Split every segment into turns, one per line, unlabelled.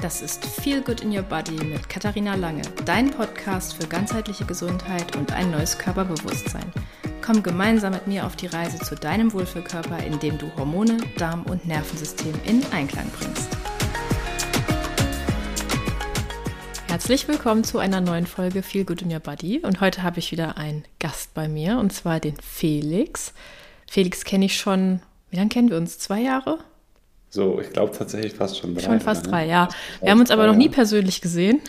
Das ist Feel Good in Your Body mit Katharina Lange, dein Podcast für ganzheitliche Gesundheit und ein neues Körperbewusstsein. Komm gemeinsam mit mir auf die Reise zu deinem Wohlfühlkörper, indem du Hormone, Darm- und Nervensystem in Einklang bringst. Herzlich willkommen zu einer neuen Folge Feel Good in Your Body. Und heute habe ich wieder einen Gast bei mir, und zwar den Felix. Felix kenne ich schon, wie lange kennen wir uns? 2 Jahre?
So, ich glaube tatsächlich fast schon 3.
Schon fast 3, ja. Wir haben uns aber noch nie persönlich gesehen.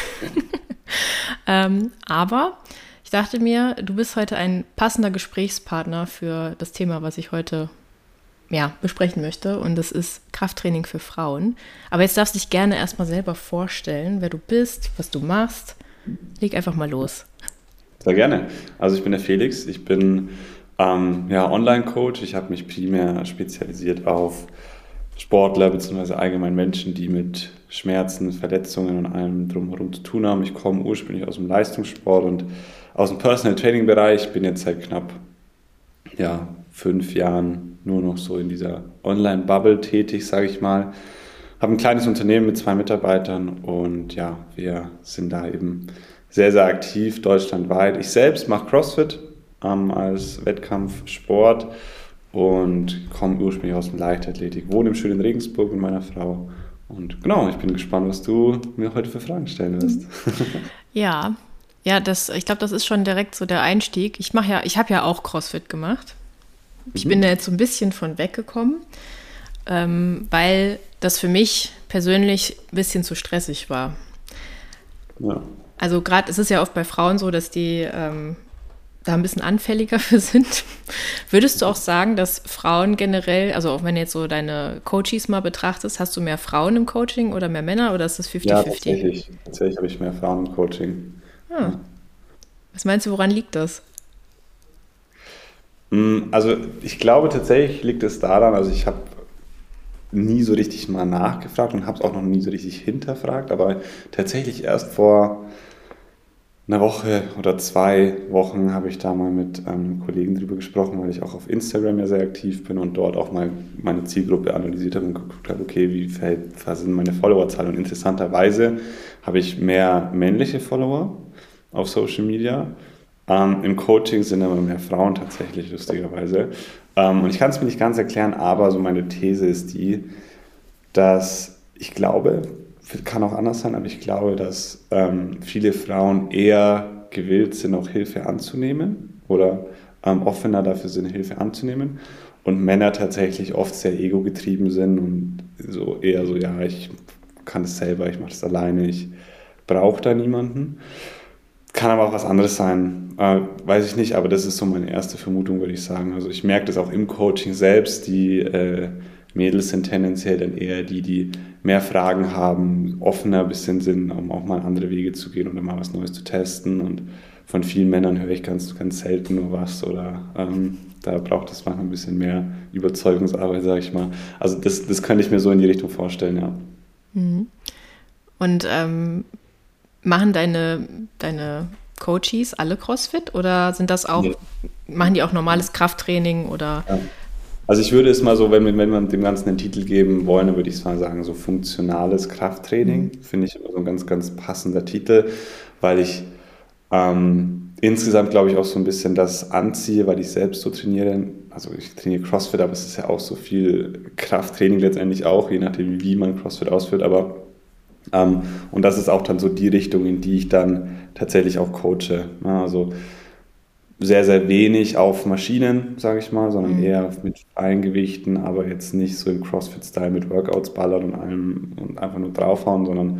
Aber ich dachte mir, du bist heute ein passender Gesprächspartner für das Thema, was ich heute besprechen möchte. Und das ist Krafttraining für Frauen. Aber jetzt darfst du dich gerne erstmal selber vorstellen, wer du bist, was du machst. Leg einfach mal los.
Sehr gerne. Also ich bin der Felix. Ich bin Online-Coach. Ich habe mich primär spezialisiert auf Sportler bzw. allgemein Menschen, die mit Schmerzen, Verletzungen und allem drumherum zu tun haben. Ich komme ursprünglich aus dem Leistungssport und aus dem Personal Training Bereich, bin jetzt seit knapp 5 Jahren nur noch so in dieser Online-Bubble tätig, sage ich mal. Habe ein kleines Unternehmen mit 2 Mitarbeitern und wir sind da eben sehr, sehr aktiv deutschlandweit. Ich selbst mache CrossFit als Wettkampfsport und komme ursprünglich aus dem Leichtathletik, wohne im schönen Regensburg mit meiner Frau. Und genau, ich bin gespannt, was du mir heute für Fragen stellen wirst.
Ich glaube, das ist schon direkt so der Einstieg. Ich habe ja auch CrossFit gemacht. Ich bin da jetzt so ein bisschen von weggekommen, weil das für mich persönlich ein bisschen zu stressig war.
Ja.
Also gerade, es ist ja oft bei Frauen so, dass die da ein bisschen anfälliger für sind. Würdest du auch sagen, dass Frauen generell, also auch wenn du jetzt so deine Coaches mal betrachtest, hast du mehr Frauen im Coaching oder mehr Männer oder ist das 50-50?
Ja, tatsächlich habe ich mehr Frauen im Coaching.
Ja. Was meinst du, woran liegt das?
Also ich glaube tatsächlich liegt es daran, also ich habe nie so richtig mal nachgefragt und habe es auch noch nie so richtig hinterfragt, aber tatsächlich erst vor einer Woche oder 2 Wochen habe ich da mal mit einem Kollegen drüber gesprochen, weil ich auch auf Instagram ja sehr aktiv bin und dort auch mal meine Zielgruppe analysiert habe und geguckt habe, okay, was sind meine Followerzahl? Und interessanterweise habe ich mehr männliche Follower auf Social Media. Im Coaching sind aber mehr Frauen tatsächlich, lustigerweise. Und ich kann es mir nicht ganz erklären, aber so meine These ist die, dass ich glaube, kann auch anders sein, aber ich glaube, dass viele Frauen eher gewillt sind, auch Hilfe anzunehmen oder offener dafür sind, Hilfe anzunehmen und Männer tatsächlich oft sehr ego-getrieben sind und so eher so, ich kann das selber, ich mache das alleine, ich brauche da niemanden. Kann aber auch was anderes sein, weiß ich nicht, aber das ist so meine erste Vermutung, würde ich sagen. Also ich merke das auch im Coaching selbst, die Mädels sind tendenziell dann eher die mehr Fragen haben, offener ein bisschen sind, um auch mal andere Wege zu gehen oder mal was Neues zu testen. Und von vielen Männern höre ich ganz, ganz selten nur was oder da braucht es manchmal ein bisschen mehr Überzeugungsarbeit, sage ich mal. Also das könnte ich mir so in die Richtung vorstellen, ja.
Mhm. Und machen deine Coaches alle CrossFit oder sind das auch, machen die auch normales Krafttraining oder?
Ja. Also ich würde es mal so, wenn wir dem Ganzen einen Titel geben wollen, dann würde ich mal sagen, so funktionales Krafttraining, finde ich immer so ein ganz, ganz passender Titel, weil ich insgesamt, glaube ich, auch so ein bisschen das anziehe, weil ich selbst so trainiere. Also ich trainiere CrossFit, aber es ist ja auch so viel Krafttraining letztendlich auch, je nachdem, wie man CrossFit ausführt, aber und das ist auch dann so die Richtung, in die ich dann tatsächlich auch coache. Also sehr, sehr wenig auf Maschinen, sage ich mal, sondern eher mit freien Gewichten, aber jetzt nicht so im CrossFit-Style mit Workouts ballern und allem und einfach nur draufhauen, sondern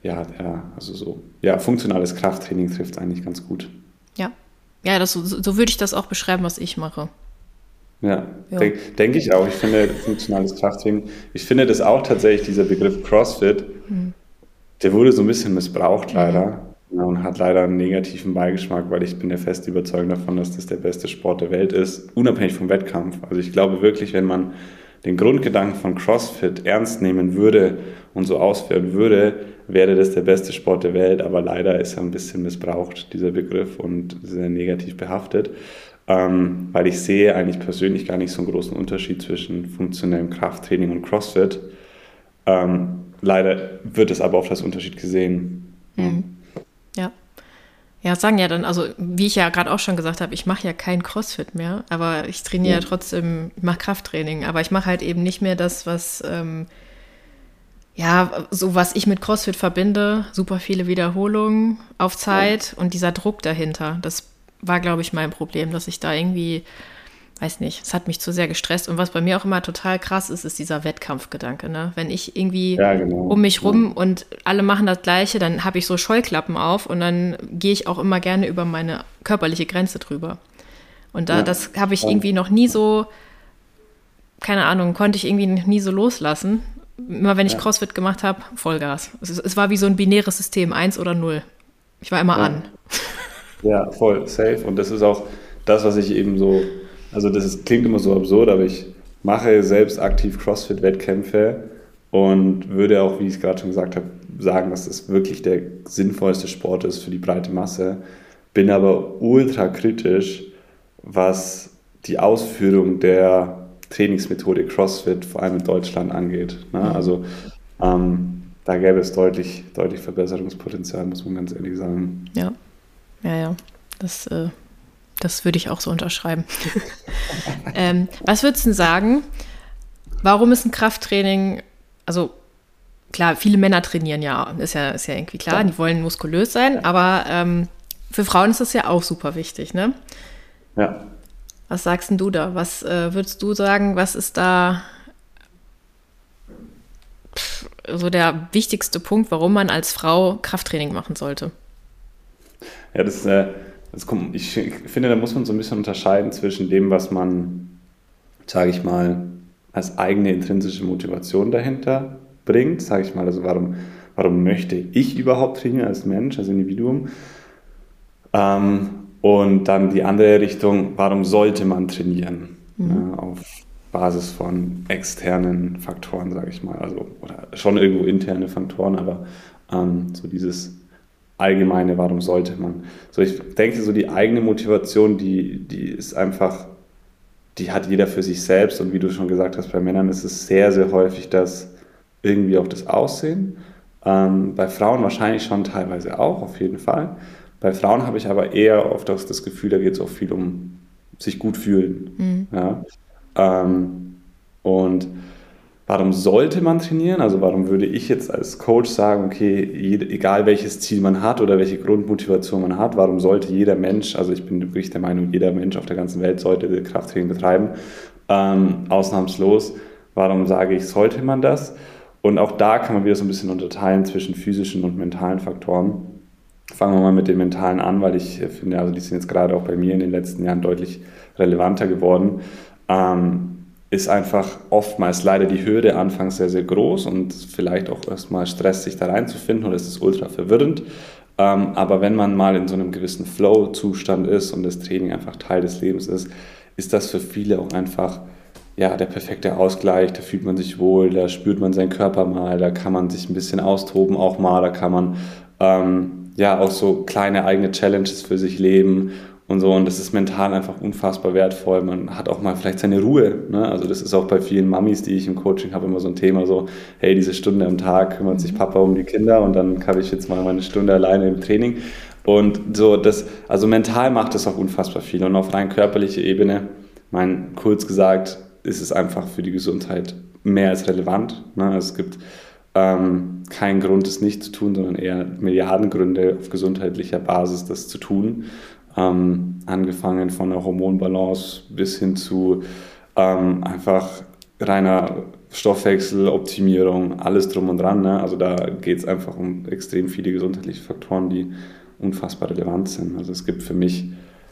funktionales Krafttraining trifft eigentlich ganz gut.
Ja, so würde ich das auch beschreiben, was ich mache.
Ja. Denke ich auch. Ich finde funktionales Krafttraining, ich finde das auch tatsächlich, dieser Begriff CrossFit, der wurde so ein bisschen missbraucht leider. Ja, und hat leider einen negativen Beigeschmack, weil ich bin der festen Überzeugung davon, dass das der beste Sport der Welt ist, unabhängig vom Wettkampf. Also ich glaube wirklich, wenn man den Grundgedanken von CrossFit ernst nehmen würde und so ausführen würde, wäre das der beste Sport der Welt, aber leider ist er ein bisschen missbraucht, dieser Begriff, und sehr negativ behaftet, weil ich sehe eigentlich persönlich gar nicht so einen großen Unterschied zwischen funktionellem Krafttraining und CrossFit. leider wird es aber oft als Unterschied gesehen.
Ja. Ja, das sagen ja dann, also wie ich ja gerade auch schon gesagt habe, ich mache ja kein CrossFit mehr, aber ich trainiere ja trotzdem, ich mache Krafttraining, aber ich mache halt eben nicht mehr das, was, so was ich mit CrossFit verbinde, super viele Wiederholungen auf Zeit und dieser Druck dahinter, das war, glaube ich, mein Problem, dass ich da irgendwie, weiß nicht, es hat mich zu sehr gestresst. Und was bei mir auch immer total krass ist, ist dieser Wettkampfgedanke. Ne? Wenn ich irgendwie um mich rum und alle machen das Gleiche, dann habe ich so Scheuklappen auf und dann gehe ich auch immer gerne über meine körperliche Grenze drüber. Und das habe ich irgendwie noch nie so, keine Ahnung, konnte ich irgendwie nie so loslassen. Immer wenn ich CrossFit gemacht habe, Vollgas. Es war wie so ein binäres System, 1 oder 0. Ich war immer an.
Ja, voll, safe. Und das ist auch das, was ich eben so, also klingt immer so absurd, aber ich mache selbst aktiv CrossFit-Wettkämpfe und würde auch, wie ich es gerade schon gesagt habe, sagen, dass das wirklich der sinnvollste Sport ist für die breite Masse. Bin aber ultra kritisch, was die Ausführung der Trainingsmethode CrossFit, vor allem in Deutschland, angeht. Ne? Also da gäbe es deutlich Verbesserungspotenzial, muss man ganz ehrlich sagen.
Ja. Das würde ich auch so unterschreiben. Was würdest du denn sagen, warum ist ein Krafttraining, also klar, viele Männer trainieren ja, ist ja irgendwie klar, die wollen muskulös sein, aber für Frauen ist das ja auch super wichtig, ne?
Ja.
Was sagst denn du da? Was würdest du sagen, was ist da so der wichtigste Punkt, warum man als Frau Krafttraining machen sollte?
Ja, ich finde, da muss man so ein bisschen unterscheiden zwischen dem, was man, sage ich mal, als eigene intrinsische Motivation dahinter bringt, sage ich mal, also warum möchte ich überhaupt trainieren als Mensch, als Individuum, und dann die andere Richtung, warum sollte man trainieren, auf Basis von externen Faktoren, sage ich mal, also oder schon irgendwo interne Faktoren, aber so dieses allgemeine, warum sollte man? So, ich denke, so die eigene Motivation, die ist einfach, die hat jeder für sich selbst und wie du schon gesagt hast, bei Männern ist es sehr, sehr häufig irgendwie auch das Aussehen. Bei Frauen wahrscheinlich schon teilweise auch, auf jeden Fall. Bei Frauen habe ich aber eher oft auch das Gefühl, da geht es auch viel um sich gut fühlen. Ja? Und warum sollte man trainieren? Also warum würde ich jetzt als Coach sagen, okay, egal welches Ziel man hat oder welche Grundmotivation man hat, warum sollte jeder Mensch, also ich bin wirklich der Meinung, jeder Mensch auf der ganzen Welt sollte Krafttraining betreiben, ausnahmslos. Warum sage ich, sollte man das? Und auch da kann man wieder so ein bisschen unterteilen zwischen physischen und mentalen Faktoren. Fangen wir mal mit den mentalen an, weil ich finde, also die sind jetzt gerade auch bei mir in den letzten Jahren deutlich relevanter geworden. Ist einfach oftmals leider die Hürde anfangs sehr, sehr groß und vielleicht auch erstmal Stress, sich da reinzufinden oder es ist ultra verwirrend. Aber wenn man mal in so einem gewissen Flow-Zustand ist und das Training einfach Teil des Lebens ist das für viele auch einfach der perfekte Ausgleich. Da fühlt man sich wohl, da spürt man seinen Körper mal, da kann man sich ein bisschen austoben auch mal, da kann man auch so kleine eigene Challenges für sich leben und so, und das ist mental einfach unfassbar wertvoll. Man hat auch mal vielleicht seine Ruhe, ne? Also das ist auch bei vielen Mamis, die ich im Coaching habe, immer so ein Thema, so, hey, diese Stunde am Tag kümmert sich Papa um die Kinder und dann habe ich jetzt mal meine Stunde alleine im Training. Und so, also mental macht das auch unfassbar viel. Und auf rein körperlicher Ebene, kurz gesagt, ist es einfach für die Gesundheit mehr als relevant, ne? Es gibt keinen Grund, es nicht zu tun, sondern eher Milliarden Gründe auf gesundheitlicher Basis, das zu tun. Angefangen von der Hormonbalance bis hin zu einfach reiner Stoffwechseloptimierung, alles drum und dran. Ne? Also da geht es einfach um extrem viele gesundheitliche Faktoren, die unfassbar relevant sind. Also es gibt für mich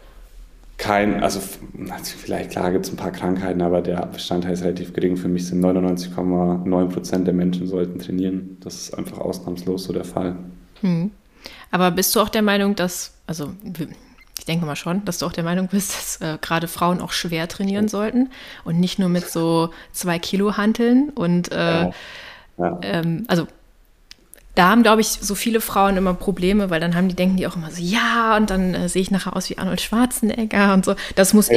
vielleicht klar gibt es ein paar Krankheiten, aber der Bestandteil ist relativ gering. Für mich sind 99,9% der Menschen sollten trainieren. Das ist einfach ausnahmslos so der Fall.
Aber bist du auch der Meinung, ich denke mal schon, dass du auch der Meinung bist, dass gerade Frauen auch schwer trainieren sollten und nicht nur mit so 2 Kilo Hanteln und da haben, glaube ich, so viele Frauen immer Probleme, weil dann denken die auch immer so, ja, und dann sehe ich nachher aus wie Arnold Schwarzenegger und so. Das muss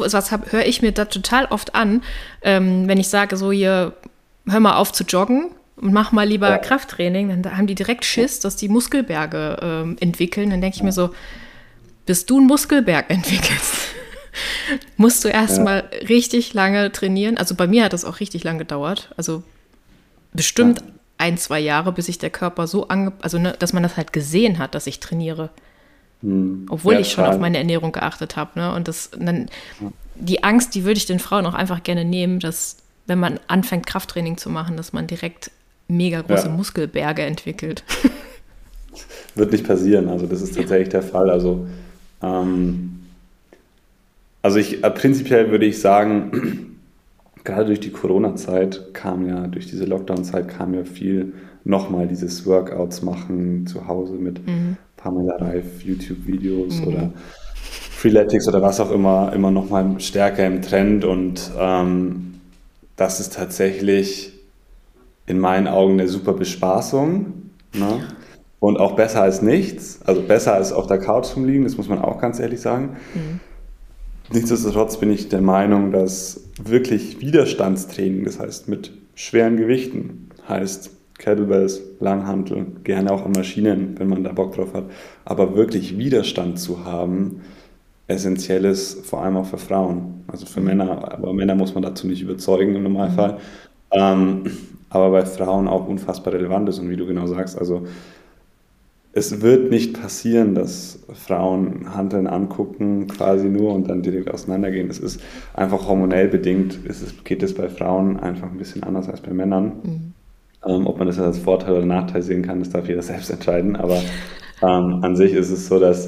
höre ich mir da total oft an, wenn ich sage so, hier, hör mal auf zu joggen und mach mal lieber
Ja.
Krafttraining. Dann haben die direkt Schiss, dass die Muskelberge entwickeln. Dann denke ich mir so, bis du einen Muskelberg entwickelst, musst du erstmal richtig lange trainieren. Also bei mir hat das auch richtig lang gedauert. Also bestimmt 1-2 Jahre, bis sich der Körper so also ne, dass man das halt gesehen hat, dass ich trainiere. Obwohl
Ja,
ich schon
total.
auf meine Ernährung geachtet habe. Ne? Und dann die Angst, die würde ich den Frauen auch einfach gerne nehmen, dass wenn man anfängt, Krafttraining zu machen, dass man direkt mega große
Ja.
Muskelberge entwickelt.
Wird nicht passieren, also das ist tatsächlich der Fall. Ähm, prinzipiell würde ich sagen, gerade durch die Corona-Zeit durch diese Lockdown-Zeit kam ja viel nochmal dieses Workouts machen zu Hause mit Pamela Reif, YouTube-Videos oder Freeletics oder was auch immer nochmal stärker im Trend und das ist tatsächlich in meinen Augen eine super Bespaßung, ne? Und auch besser als nichts, also besser als auf der Couch rumliegen, das muss man auch ganz ehrlich sagen. Nichtsdestotrotz bin ich der Meinung, dass wirklich Widerstandstraining, das heißt mit schweren Gewichten, heißt Kettlebells, Langhantel, gerne auch an Maschinen, wenn man da Bock drauf hat, aber wirklich Widerstand zu haben, essentiell ist, vor allem auch für Frauen, also für Männer, aber Männer muss man dazu nicht überzeugen im Normalfall, aber bei Frauen auch unfassbar relevant ist und wie du genau sagst, also es wird nicht passieren, dass Frauen Hanteln angucken quasi nur und dann direkt auseinandergehen. Es ist einfach hormonell bedingt, geht es bei Frauen einfach ein bisschen anders als bei Männern. Ob man das als Vorteil oder Nachteil sehen kann, das darf jeder selbst entscheiden. Aber an sich ist es so, dass,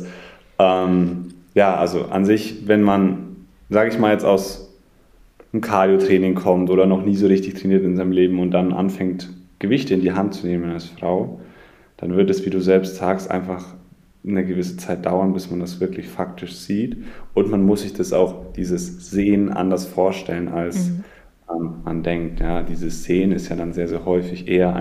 also an sich, wenn man, sage ich mal, jetzt aus einem Cardio-Training kommt oder noch nie so richtig trainiert in seinem Leben und dann anfängt, Gewichte in die Hand zu nehmen als Frau, dann wird es, wie du selbst sagst, einfach eine gewisse Zeit dauern, bis man das wirklich faktisch sieht. Und man muss sich das auch, dieses Sehen, anders vorstellen, als man denkt. Ja, dieses Sehen ist ja dann sehr, sehr häufig eher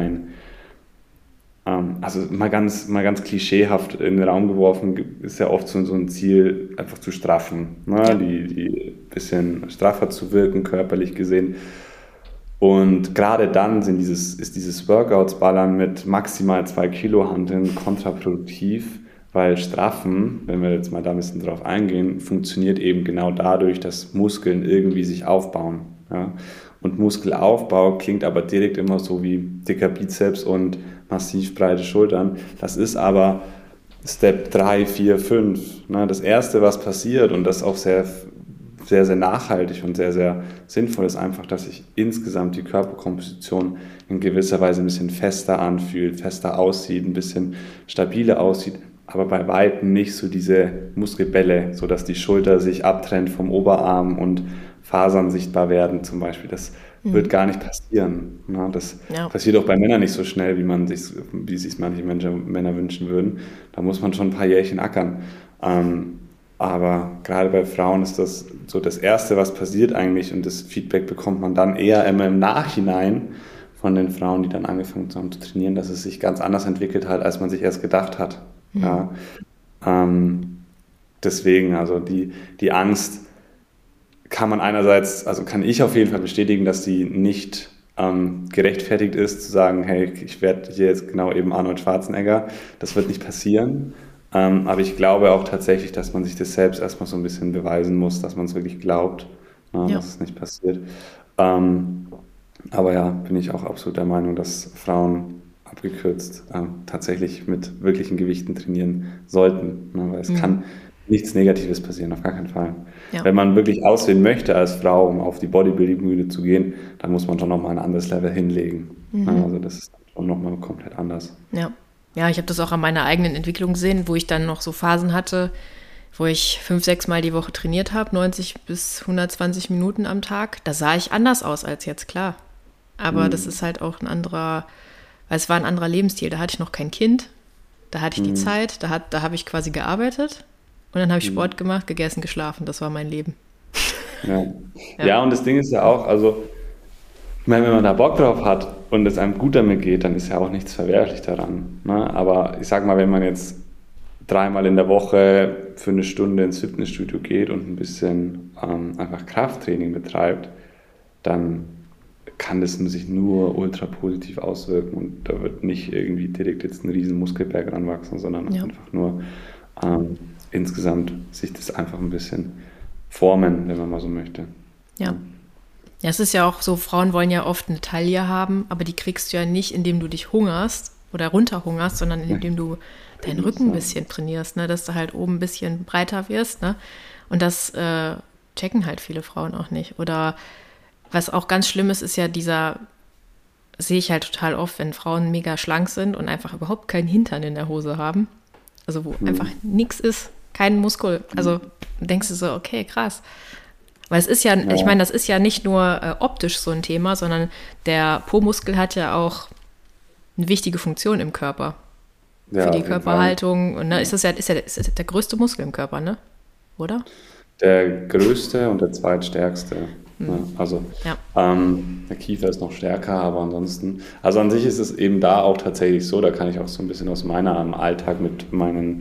also mal ganz klischeehaft in den Raum geworfen, ist ja oft so ein Ziel, einfach zu straffen, ne?
Ja.
Die bisschen straffer zu wirken, körperlich gesehen. Und gerade dann ist dieses Workouts-Ballern mit maximal 2 Kilo Hanteln kontraproduktiv, weil Straffen, wenn wir jetzt mal da ein bisschen drauf eingehen, funktioniert eben genau dadurch, dass Muskeln irgendwie sich aufbauen. Ja? Und Muskelaufbau klingt aber direkt immer so wie dicker Bizeps und massiv breite Schultern. Das ist aber Step 3, 4, 5. Ne? Das Erste, was passiert und das auch sehr, sehr, sehr nachhaltig und sehr, sehr sinnvoll ist einfach, dass sich insgesamt die Körperkomposition in gewisser Weise ein bisschen fester anfühlt, fester aussieht, ein bisschen stabiler aussieht, aber bei Weitem nicht so diese Muskelbälle, sodass die Schulter sich abtrennt vom Oberarm und Fasern sichtbar werden zum Beispiel. Das wird gar nicht passieren. Ne? Das passiert auch bei Männern nicht so schnell, wie sich manche Männer wünschen würden. Da muss man schon ein paar Jährchen ackern. Aber gerade bei Frauen ist das so das Erste, was passiert eigentlich und das Feedback bekommt man dann eher immer im Nachhinein von den Frauen, die dann angefangen haben zu trainieren, dass es sich ganz anders entwickelt hat, als man sich erst gedacht hat. Ja. Deswegen, also die Angst kann ich auf jeden Fall bestätigen, dass die nicht gerechtfertigt ist, zu sagen, hey, ich werde hier jetzt genau eben Arnold Schwarzenegger. Das wird nicht passieren. Aber ich glaube auch tatsächlich, dass man sich das selbst erstmal so ein bisschen beweisen muss, dass man es wirklich glaubt, dass es nicht passiert. Aber ja, bin ich auch absolut der Meinung, dass Frauen abgekürzt tatsächlich mit wirklichen Gewichten trainieren sollten. Ne? Weil es kann nichts Negatives passieren, auf gar keinen Fall. Ja. Wenn man wirklich aussehen möchte als Frau, um auf die Bodybuilding-Bühne zu gehen, dann muss man schon nochmal ein anderes Level hinlegen. Also das ist schon nochmal komplett anders.
Ja. Ja, ich habe das auch an meiner eigenen Entwicklung gesehen, wo ich dann noch so Phasen hatte, wo ich 5-6 Mal die Woche trainiert habe, 90 bis 120 Minuten am Tag. Da sah ich anders aus als jetzt, klar. Aber das ist halt auch weil es war ein anderer Lebensstil. Da hatte ich noch kein Kind, da hatte ich die Zeit, da habe ich quasi gearbeitet und dann habe ich Sport gemacht, gegessen, geschlafen. Das war mein Leben.
Ja, und das Ding ist ja auch, also ich meine, wenn man da Bock drauf hat und es einem gut damit geht, dann ist ja auch nichts verwerflich daran. Ne? Aber ich sag mal, wenn man jetzt 3-mal in der Woche für eine Stunde ins Fitnessstudio geht und ein bisschen einfach Krafttraining betreibt, dann kann das sich nur ultra positiv auswirken und da wird nicht irgendwie direkt jetzt ein riesen Muskelberg ranwachsen, sondern einfach nur insgesamt sich das einfach ein bisschen formen, wenn man mal so möchte.
Ja. Ja, es ist ja auch so, Frauen wollen ja oft eine Taille haben, aber die kriegst du ja nicht, indem du dich hungerst oder runterhungerst, sondern indem du deinen Rücken ein bisschen trainierst, ne? Dass du halt oben ein bisschen breiter wirst. Ne? Und das checken halt viele Frauen auch nicht. Oder was auch ganz schlimm ist ja sehe ich halt total oft, wenn Frauen mega schlank sind und einfach überhaupt keinen Hintern in der Hose haben. Also wo einfach nichts ist, kein Muskel. Also denkst du so, okay, krass. Weil es ist ja, ich meine, das ist ja nicht nur optisch so ein Thema, sondern der Po-Muskel hat ja auch eine wichtige Funktion im Körper. Für die Körperhaltung. Und, ne, ist das der größte Muskel im Körper, ne? Oder?
Der größte und der zweitstärkste. Ne? Also der Kiefer ist noch stärker, aber ansonsten, also an sich ist es eben da auch tatsächlich so, da kann ich auch so ein bisschen aus meinem Alltag mit meinen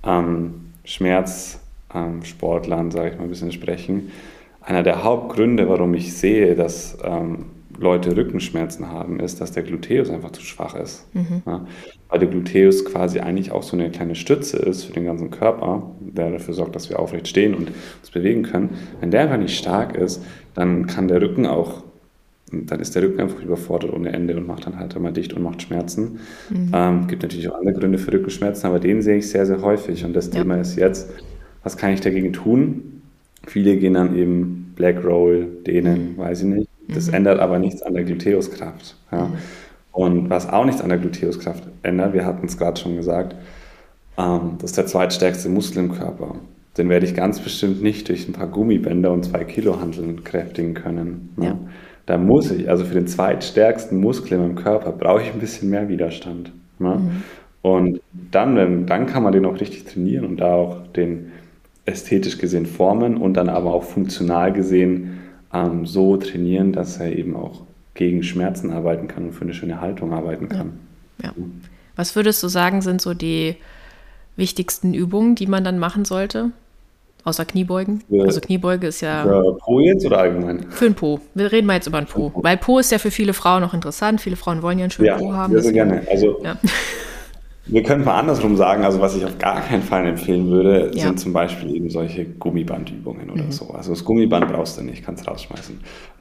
Schmerzsportlern, sage ich mal, ein bisschen sprechen. Einer der Hauptgründe, warum ich sehe, dass Leute Rückenschmerzen haben, ist, dass der Gluteus einfach zu schwach ist. Ja? Weil der Gluteus quasi eigentlich auch so eine kleine Stütze ist für den ganzen Körper, der dafür sorgt, dass wir aufrecht stehen und uns bewegen können. Wenn der einfach nicht stark ist, dann kann der Rücken auch, dann ist der Rücken einfach überfordert ohne Ende und macht dann halt immer dicht und macht Schmerzen. Gibt natürlich auch andere Gründe für Rückenschmerzen, aber den sehe ich sehr, sehr häufig. Und das Thema ist jetzt, was kann ich dagegen tun? Viele gehen dann eben Black Roll, dehnen, weiß ich nicht. Das ändert aber nichts an der Gluteuskraft. Ja. Und was auch nichts an der Gluteuskraft ändert, wir hatten es gerade schon gesagt, das ist der zweitstärkste Muskel im Körper. Den werde ich ganz bestimmt nicht durch ein paar Gummibänder und 2 Kilo Hanteln kräftigen können. Ne? Ja. Da muss ich, also für den zweitstärksten Muskel in meinem Körper, brauche ich ein bisschen mehr Widerstand. Ne? Und dann kann man den auch richtig trainieren und da auch den ästhetisch gesehen formen und dann aber auch funktional gesehen so trainieren, dass er eben auch gegen Schmerzen arbeiten kann und für eine schöne Haltung arbeiten kann.
Ja. Was würdest du sagen, sind so die wichtigsten Übungen, die man dann machen sollte? Außer Kniebeugen? Also Kniebeuge ist ja...
Für Po jetzt oder allgemein?
Für den Po. Wir reden mal jetzt über den Po. Weil Po ist ja für viele Frauen noch interessant. Viele Frauen wollen ja einen schönen Po haben.
Ja, sehr gerne. Also wir können mal andersrum sagen, also was ich auf gar keinen Fall empfehlen würde, sind zum Beispiel eben solche Gummibandübungen oder so. Also das Gummiband brauchst du nicht, kannst rausschmeißen.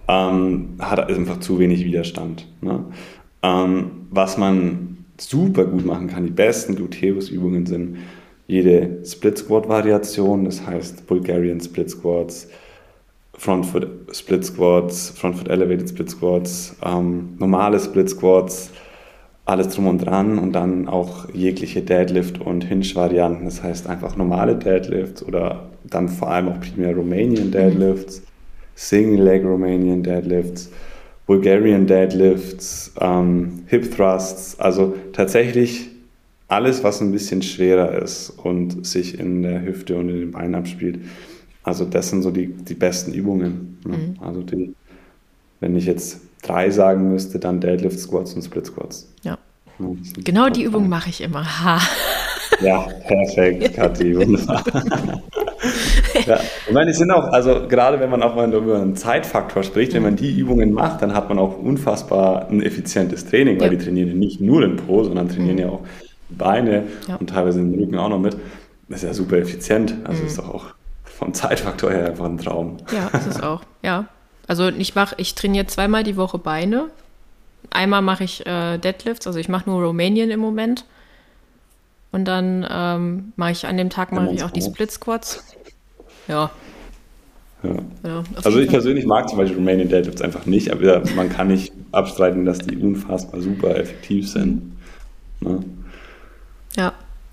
Hat einfach zu wenig Widerstand. Ne? Was man super gut machen kann, die besten Gluteusübungen sind jede Split-Squat-Variation, das heißt Bulgarian Split Squats, Front Foot Split Squats, Front Foot Elevated Split Squats, normale Split Squats, alles drum und dran und dann auch jegliche Deadlift- und Hinge-Varianten, das heißt einfach normale Deadlifts oder dann vor allem auch primär Romanian Deadlifts, Single Leg Romanian Deadlifts, Bulgarian Deadlifts, Hip Thrusts, also tatsächlich alles, was ein bisschen schwerer ist und sich in der Hüfte und in den Beinen abspielt. Also das sind so die besten Übungen. Ne? Also wenn ich jetzt 3 sagen müsste, dann Deadlift Squats und Split Squats.
Ja. Genau die Übung mache ich immer. Ha.
Ja, perfekt, Kathi, wunderbar. Ja, ich meine, die sind auch, also gerade wenn man auch mal über einen Zeitfaktor spricht, wenn man die Übungen macht, dann hat man auch unfassbar ein effizientes Training, weil die trainieren ja nicht nur den Po, sondern trainieren ja auch die Beine und teilweise den Rücken auch noch mit. Das ist ja super effizient, also ist doch auch vom Zeitfaktor her einfach ein Traum.
Ja, ist es auch, ja. Also ich trainiere 2-mal die Woche Beine. Einmal mache ich Deadlifts, also ich mache nur Romanian im Moment. Und dann mache ich an dem Tag auch die Split Squats. Ja.
Also ich persönlich mag zum Beispiel Romanian Deadlifts einfach nicht, aber man kann nicht abstreiten, dass die unfassbar super effektiv sind. Ne?
Ja.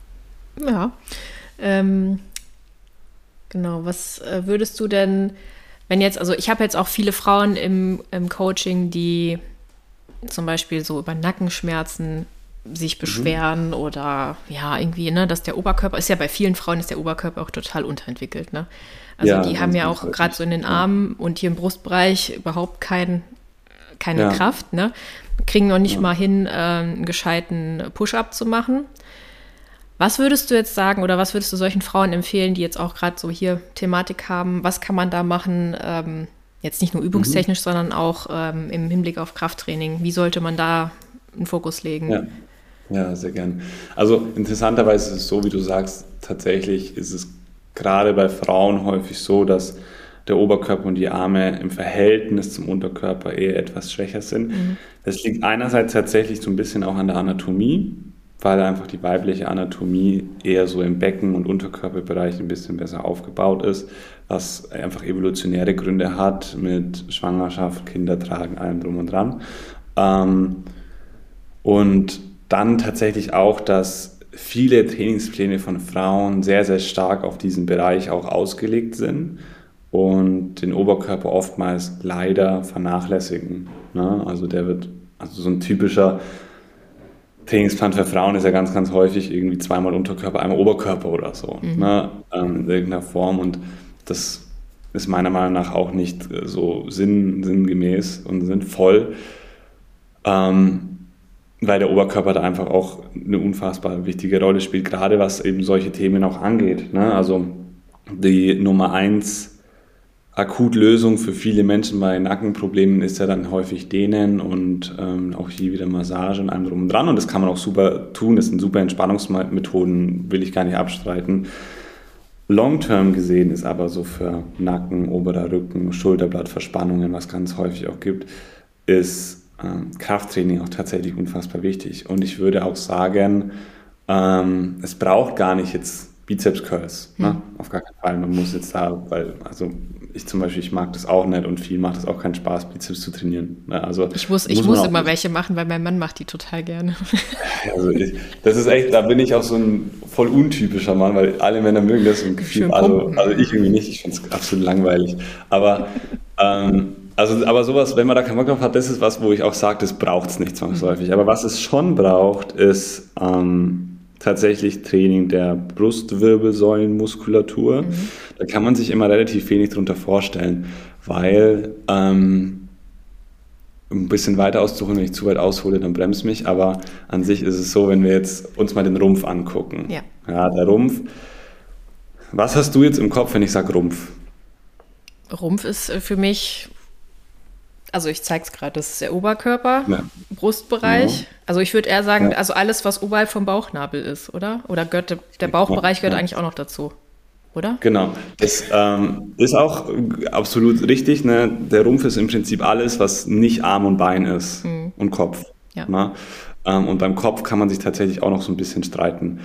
Genau, was würdest du denn, wenn jetzt, also ich habe jetzt auch viele Frauen im Coaching, die zum Beispiel so über Nackenschmerzen sich beschweren oder ja, irgendwie, ne, dass der Oberkörper, ist ja bei vielen Frauen ist der Oberkörper auch total unterentwickelt, ne? Also die haben ja auch gerade so in den Armen und hier im Brustbereich überhaupt keine Kraft, ne? Kriegen noch nicht mal hin, einen gescheiten Push-Up zu machen. Was würdest du jetzt sagen oder was würdest du solchen Frauen empfehlen, die jetzt auch gerade so hier Thematik haben? Was kann man da machen, Jetzt nicht nur übungstechnisch, sondern auch im Hinblick auf Krafttraining. Wie sollte man da einen Fokus legen?
Ja. Ja, sehr gern. Also interessanterweise ist es so, wie du sagst, tatsächlich ist es gerade bei Frauen häufig so, dass der Oberkörper und die Arme im Verhältnis zum Unterkörper eher etwas schwächer sind. Das liegt einerseits tatsächlich so ein bisschen auch an der Anatomie, weil einfach die weibliche Anatomie eher so im Becken- und Unterkörperbereich ein bisschen besser aufgebaut ist, was einfach evolutionäre Gründe hat mit Schwangerschaft, Kindertragen, allem drum und dran. Und dann tatsächlich auch, dass viele Trainingspläne von Frauen sehr, sehr stark auf diesen Bereich auch ausgelegt sind und den Oberkörper oftmals leider vernachlässigen. Ne? Also so ein typischer Trainingsplan für Frauen ist ja ganz, ganz häufig irgendwie zweimal Unterkörper, einmal Oberkörper oder so, ne? In irgendeiner Form, und das ist meiner Meinung nach auch nicht so sinngemäß und sinnvoll. Weil der Oberkörper da einfach auch eine unfassbar wichtige Rolle spielt, gerade was eben solche Themen auch angeht. Ne? Also die Nummer 1 Akutlösung für viele Menschen bei Nackenproblemen ist ja dann häufig Dehnen und auch hier wieder Massage und allem drum und dran. Und das kann man auch super tun, das sind super Entspannungsmethoden, will ich gar nicht abstreiten. Long-term gesehen ist aber so für Nacken, oberer Rücken, Schulterblattverspannungen, was ganz häufig auch gibt, ist Krafttraining auch tatsächlich unfassbar wichtig. Und ich würde auch sagen, es braucht gar nicht jetzt Bizeps-Curls, ne? Auf gar keinen Fall. Man muss jetzt also ich zum Beispiel, ich mag das auch nicht und viel macht es auch keinen Spaß, Bizeps zu trainieren. Ne? Also
ich muss immer welche machen, weil mein Mann macht die total gerne.
Also das ist echt, da bin ich auch so ein voll untypischer Mann, weil alle Männer mögen das und gefühlt, also ich irgendwie nicht, ich finde es absolut langweilig. Aber aber sowas, wenn man da keinen Bock drauf hat, das ist was, wo ich auch sage, das braucht es nicht zwangsläufig. Aber was es schon braucht, ist tatsächlich Training der Brustwirbelsäulenmuskulatur. Da kann man sich immer relativ wenig drunter vorstellen, weil ein bisschen weiter auszuholen, wenn ich zu weit aushole, dann bremst mich. Aber an sich ist es so, wenn wir jetzt uns mal den Rumpf angucken. Ja, der Rumpf. Was hast du jetzt im Kopf, wenn ich sage Rumpf?
Rumpf ist für mich... Also ich zeige es gerade, das ist der Oberkörper, Brustbereich. Ja. Also ich würde eher sagen, also alles, was oberhalb vom Bauchnabel ist, oder? Oder gehört der Bauchbereich gehört eigentlich auch noch dazu, oder?
Genau, das ist auch absolut richtig. Ne? Der Rumpf ist im Prinzip alles, was nicht Arm und Bein ist und Kopf. Ja. Ne? Und beim Kopf kann man sich tatsächlich auch noch so ein bisschen streiten.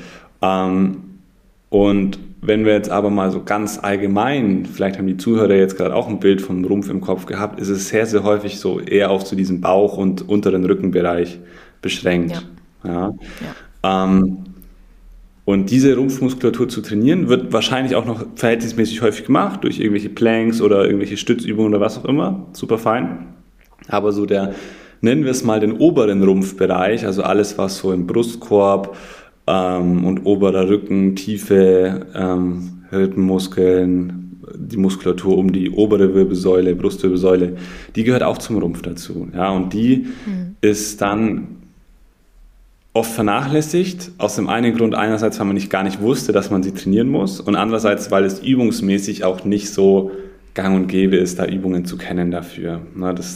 Und wenn wir jetzt aber mal so ganz allgemein, vielleicht haben die Zuhörer jetzt gerade auch ein Bild vom Rumpf im Kopf gehabt, ist es sehr, sehr häufig so eher auf zu diesem Bauch- und unteren Rückenbereich beschränkt. Ja. Und diese Rumpfmuskulatur zu trainieren, wird wahrscheinlich auch noch verhältnismäßig häufig gemacht, durch irgendwelche Planks oder irgendwelche Stützübungen oder was auch immer, super fein. Aber so nennen wir es mal den oberen Rumpfbereich, also alles, was so im Brustkorb und oberer Rücken, tiefe Rippenmuskeln, die Muskulatur um die obere Wirbelsäule, Brustwirbelsäule, die gehört auch zum Rumpf dazu. Ja, und die ist dann oft vernachlässigt, aus dem einen Grund einerseits, weil man gar nicht wusste, dass man sie trainieren muss, und andererseits, weil es übungsmäßig auch nicht so gang und gäbe ist, da Übungen zu kennen dafür. Na, das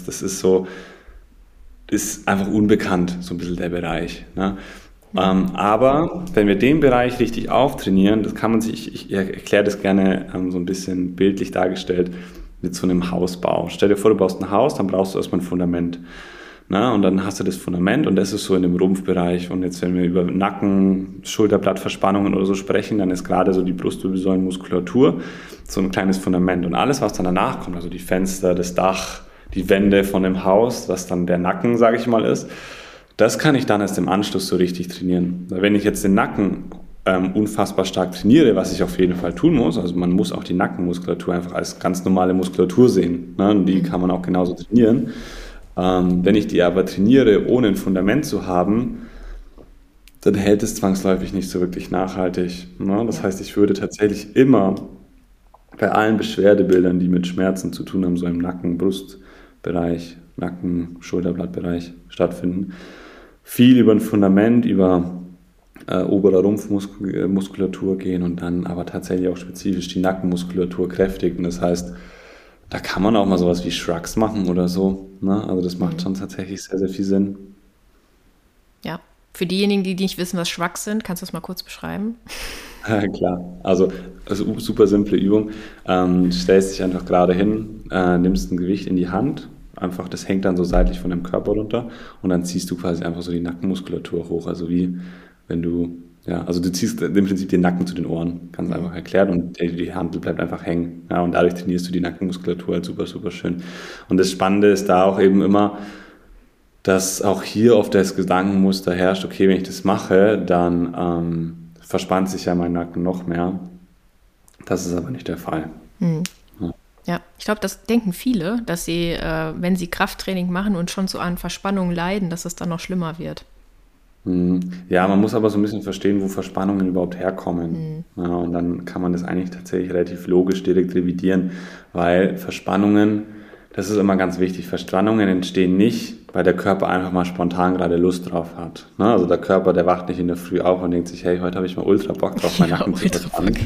ist einfach unbekannt, so ein bisschen der Bereich. Ne? Aber wenn wir den Bereich richtig auftrainieren, das kann man sich, ich erkläre das gerne so ein bisschen bildlich dargestellt, mit so einem Hausbau. Stell dir vor, du baust ein Haus, dann brauchst du erstmal ein Fundament. Na, und dann hast du das Fundament und das ist so in dem Rumpfbereich. Und jetzt, wenn wir über Nacken, Schulterblattverspannungen oder so sprechen, dann ist gerade so die Brustwirbelsäulenmuskulatur so ein kleines Fundament. Und alles, was dann danach kommt, also die Fenster, das Dach, die Wände von dem Haus, was dann der Nacken, sage ich mal, ist, das kann ich dann erst im Anschluss so richtig trainieren. Weil wenn ich jetzt den Nacken unfassbar stark trainiere, was ich auf jeden Fall tun muss, also man muss auch die Nackenmuskulatur einfach als ganz normale Muskulatur sehen. Ne? Und die kann man auch genauso trainieren. Wenn ich die aber trainiere, ohne ein Fundament zu haben, dann hält es zwangsläufig nicht so wirklich nachhaltig. Ne? Das heißt, ich würde tatsächlich immer bei allen Beschwerdebildern, die mit Schmerzen zu tun haben, so im Nacken-, Brustbereich, Nacken-, Schulterblattbereich stattfinden, viel über ein Fundament, über oberer Rumpfmuskulatur gehen und dann aber tatsächlich auch spezifisch die Nackenmuskulatur kräftigen. Das heißt, Da kann man auch mal sowas wie Shrugs machen oder so. Ne? Also das macht schon tatsächlich sehr, sehr viel Sinn.
Ja. Für diejenigen, die nicht wissen, was Shrugs sind, kannst du das mal kurz beschreiben?
Klar, also super simple Übung. Stellst dich einfach gerade hin, nimmst ein Gewicht in die Hand, einfach das hängt dann so seitlich von deinem Körper runter und dann ziehst du quasi einfach so die Nackenmuskulatur hoch. Also wie wenn du, ja, also du ziehst im Prinzip den Nacken zu den Ohren, ganz einfach erklärt und die Hand bleibt einfach hängen. Ja, und dadurch trainierst du die Nackenmuskulatur halt super, super schön. Und das Spannende ist da auch eben immer, dass auch hier oft das Gedankenmuster herrscht, okay, wenn ich das mache, dann verspannt sich ja mein Nacken noch mehr. Das ist aber nicht der Fall.
Ja, ich glaube, das denken viele, dass sie, wenn sie Krafttraining machen und schon so an Verspannungen leiden, dass es dann noch schlimmer wird.
Ja, man muss aber so ein bisschen verstehen, wo Verspannungen überhaupt herkommen. Ja, und dann kann man das eigentlich tatsächlich relativ logisch direkt revidieren, weil Verspannungen, das ist immer ganz wichtig, Verspannungen entstehen nicht, weil der Körper einfach mal spontan gerade Lust drauf hat. Ne? Also der Körper, der wacht nicht in der Früh auf und denkt sich, hey, heute habe ich mal ultra Bock drauf, meinen Nacken zu verspannen.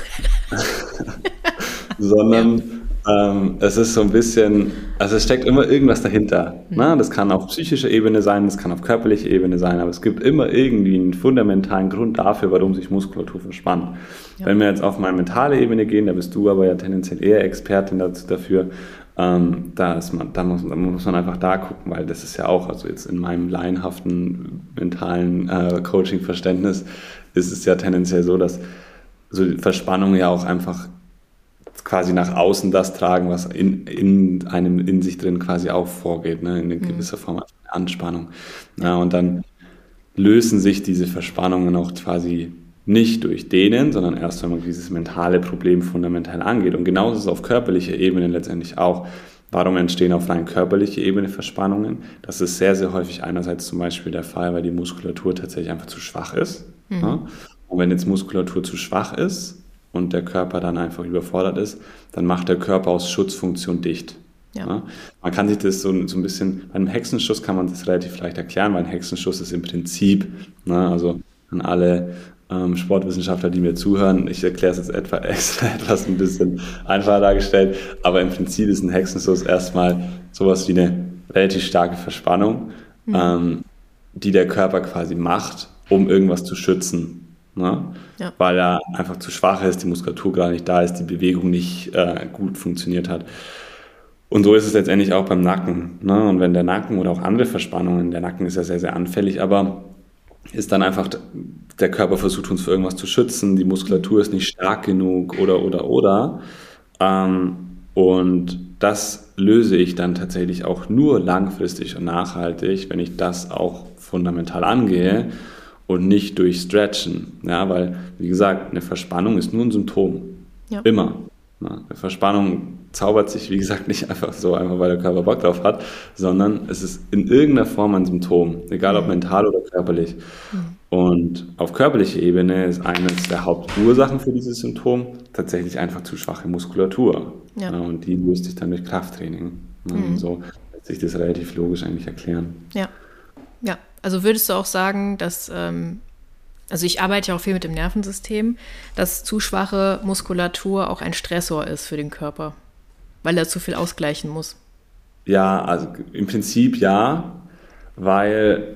Sondern es ist so ein bisschen, also es steckt immer irgendwas dahinter. Ne? Das kann auf psychischer Ebene sein, das kann auf körperlicher Ebene sein, aber es gibt immer irgendwie einen fundamentalen Grund dafür, warum sich Muskulatur verspannt. Ja. Wenn wir jetzt auf meine mentale Ebene gehen, da bist du aber ja tendenziell eher Expertin dafür, da muss man einfach da gucken, weil das ist ja auch, also jetzt in meinem laienhaften mentalen Coaching-Verständnis ist es ja tendenziell so, dass so Verspannungen ja auch einfach quasi nach außen das tragen, was in einem in sich drin quasi auch vorgeht, ne? In gewisser Form eine Anspannung. Ja, und dann lösen sich diese Verspannungen auch quasi nicht durch Dehnen, sondern erst, wenn man dieses mentale Problem fundamental angeht. Und genauso ist es auf körperlicher Ebene letztendlich auch. Warum entstehen auf rein körperlicher Ebene Verspannungen? Das ist sehr, sehr häufig einerseits zum Beispiel der Fall, weil die Muskulatur tatsächlich einfach zu schwach ist. Ja? Und wenn jetzt Muskulatur zu schwach ist und der Körper dann einfach überfordert ist, dann macht der Körper aus Schutzfunktion dicht. Ja. Man kann sich das so ein bisschen, bei einem Hexenschuss kann man das relativ leicht erklären, weil ein Hexenschuss ist im Prinzip, also an alle Sportwissenschaftler, die mir zuhören, ich erkläre es jetzt etwas ein bisschen einfacher dargestellt, aber im Prinzip ist ein Hexenschuss erstmal sowas wie eine relativ starke Verspannung, die der Körper quasi macht, um irgendwas zu schützen. Ne? Ja. Weil er einfach zu schwach ist, die Muskulatur gar nicht da ist, die Bewegung nicht gut funktioniert hat. Und so ist es letztendlich auch beim Nacken. Ne? Und wenn der Nacken oder auch andere Verspannungen, der Nacken ist ja sehr, sehr anfällig, aber ist dann einfach, der Körper versucht uns für irgendwas zu schützen, die Muskulatur ist nicht stark genug oder. Und das löse ich dann tatsächlich auch nur langfristig und nachhaltig, wenn ich das auch fundamental angehe und nicht durch Stretchen. Ja, weil, wie gesagt, eine Verspannung ist nur ein Symptom. Ja. Immer. Ja, eine Verspannung zaubert sich, wie gesagt, nicht einfach so, einfach weil der Körper Bock drauf hat, sondern es ist in irgendeiner Form ein Symptom, egal ob mental oder körperlich. Und auf körperlicher Ebene ist eines der Hauptursachen für dieses Symptom tatsächlich einfach zu schwache Muskulatur. Ja. Und die löst sich dann durch Krafttraining. So lässt sich das relativ logisch eigentlich erklären.
Ja. Ja, also würdest du auch sagen, dass, also ich arbeite ja auch viel mit dem Nervensystem, dass zu schwache Muskulatur auch ein Stressor ist für den Körper, weil er zu viel ausgleichen muss?
Ja, also im Prinzip ja, weil,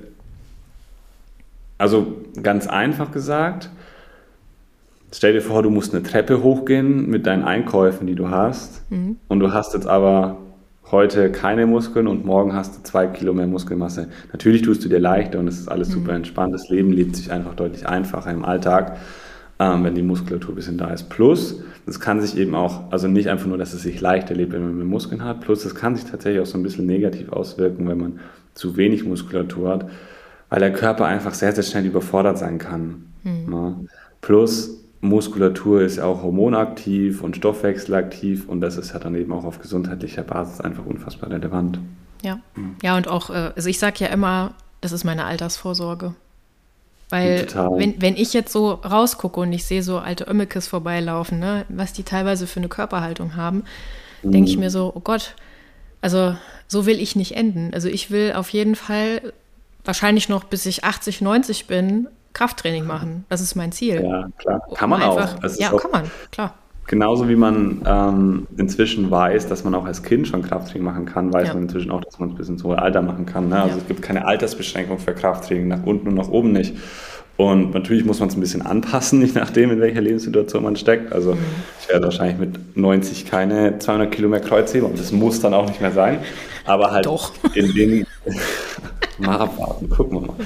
also ganz einfach gesagt, stell dir vor, du musst eine Treppe hochgehen mit deinen Einkäufen, die du hast, und du hast jetzt aber heute keine Muskeln und morgen hast du 2 Kilo mehr Muskelmasse. Natürlich tust du dir leichter und es ist alles super entspannt. Das Leben lebt sich einfach deutlich einfacher im Alltag, wenn die Muskulatur ein bisschen da ist. Plus, das kann sich eben auch, also nicht einfach nur, dass es sich leichter lebt, wenn man mehr Muskeln hat, plus es kann sich tatsächlich auch so ein bisschen negativ auswirken, wenn man zu wenig Muskulatur hat, weil der Körper einfach sehr, sehr schnell überfordert sein kann. Ja. Plus, Muskulatur ist ja auch hormonaktiv und stoffwechselaktiv und das ist ja dann eben auch auf gesundheitlicher Basis einfach unfassbar relevant.
Ja, ja und auch, also ich sage ja immer, das ist meine Altersvorsorge. Weil wenn ich jetzt so rausgucke und ich sehe so alte Ömmekes vorbeilaufen, ne, was die teilweise für eine Körperhaltung haben, denke ich mir so, oh Gott, also so will ich nicht enden. Also ich will auf jeden Fall wahrscheinlich noch bis ich 80, 90 bin, Krafttraining machen. Das ist mein Ziel.
Ja, klar. Kann man auch.
Ja, kann man, klar.
genauso wie man inzwischen weiß, dass man auch als Kind schon Krafttraining machen kann, weiß
Ja.
man inzwischen auch, dass man es bis ins hohe Alter machen kann. Ne? Also
Ja.
es gibt keine Altersbeschränkung für Krafttraining, nach unten und nach oben nicht. Und natürlich muss man es ein bisschen anpassen, je nachdem, in welcher Lebenssituation man steckt. Also ich werde wahrscheinlich mit 90 keine 200 Kilo mehr Kreuzheben und das muss dann auch nicht mehr sein. Aber halt
Doch.
in den... mal abwarten, gucken wir mal.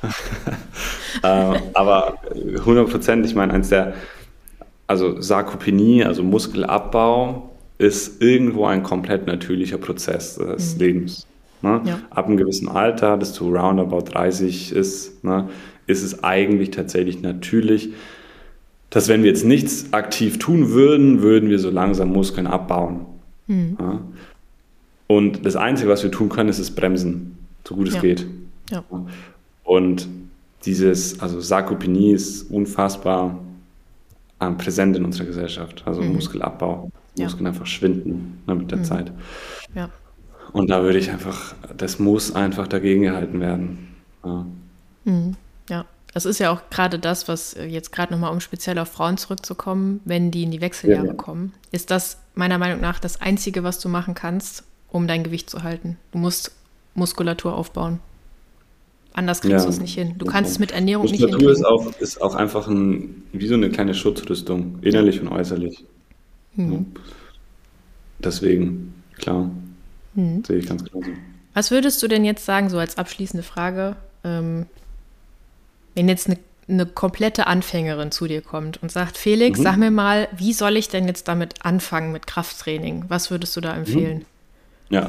Aber 100%, ich meine, also Sarkopenie, also Muskelabbau, ist irgendwo ein komplett natürlicher Prozess des Lebens. Ne?
Ja.
Ab einem gewissen Alter, das zu roundabout 30 ist, ne, ist es eigentlich tatsächlich natürlich, dass wenn wir jetzt nichts aktiv tun würden, würden wir so langsam Muskeln abbauen. Ja? Und das Einzige, was wir tun können, ist es bremsen, so gut es
Ja.
geht.
Ja.
Und also Sarkopenie ist unfassbar präsent in unserer Gesellschaft. Also Muskelabbau,
Ja.
Muskeln einfach schwinden, ne, mit der Zeit.
Ja.
Und da würde ich das muss einfach dagegen gehalten werden. Ja.
Ja, das ist ja auch gerade das, was jetzt gerade nochmal, um speziell auf Frauen zurückzukommen, wenn die in die Wechseljahre
Ja.
kommen, ist das meiner Meinung nach das Einzige, was du machen kannst, um dein Gewicht zu halten. Du musst Muskulatur aufbauen. Anders kriegst
Ja.
du es nicht hin. Du kannst es mit Ernährung nicht
Muskulatur
hinkriegen.
ist auch einfach wie so eine kleine Schutzrüstung, innerlich und äußerlich. Ja. Deswegen, klar, sehe ich ganz genauso.
Was würdest du denn jetzt sagen, so als abschließende Frage, wenn jetzt eine komplette Anfängerin zu dir kommt und sagt, Felix, sag mir mal, wie soll ich denn jetzt damit anfangen mit Krafttraining? Was würdest du da empfehlen?
Ja,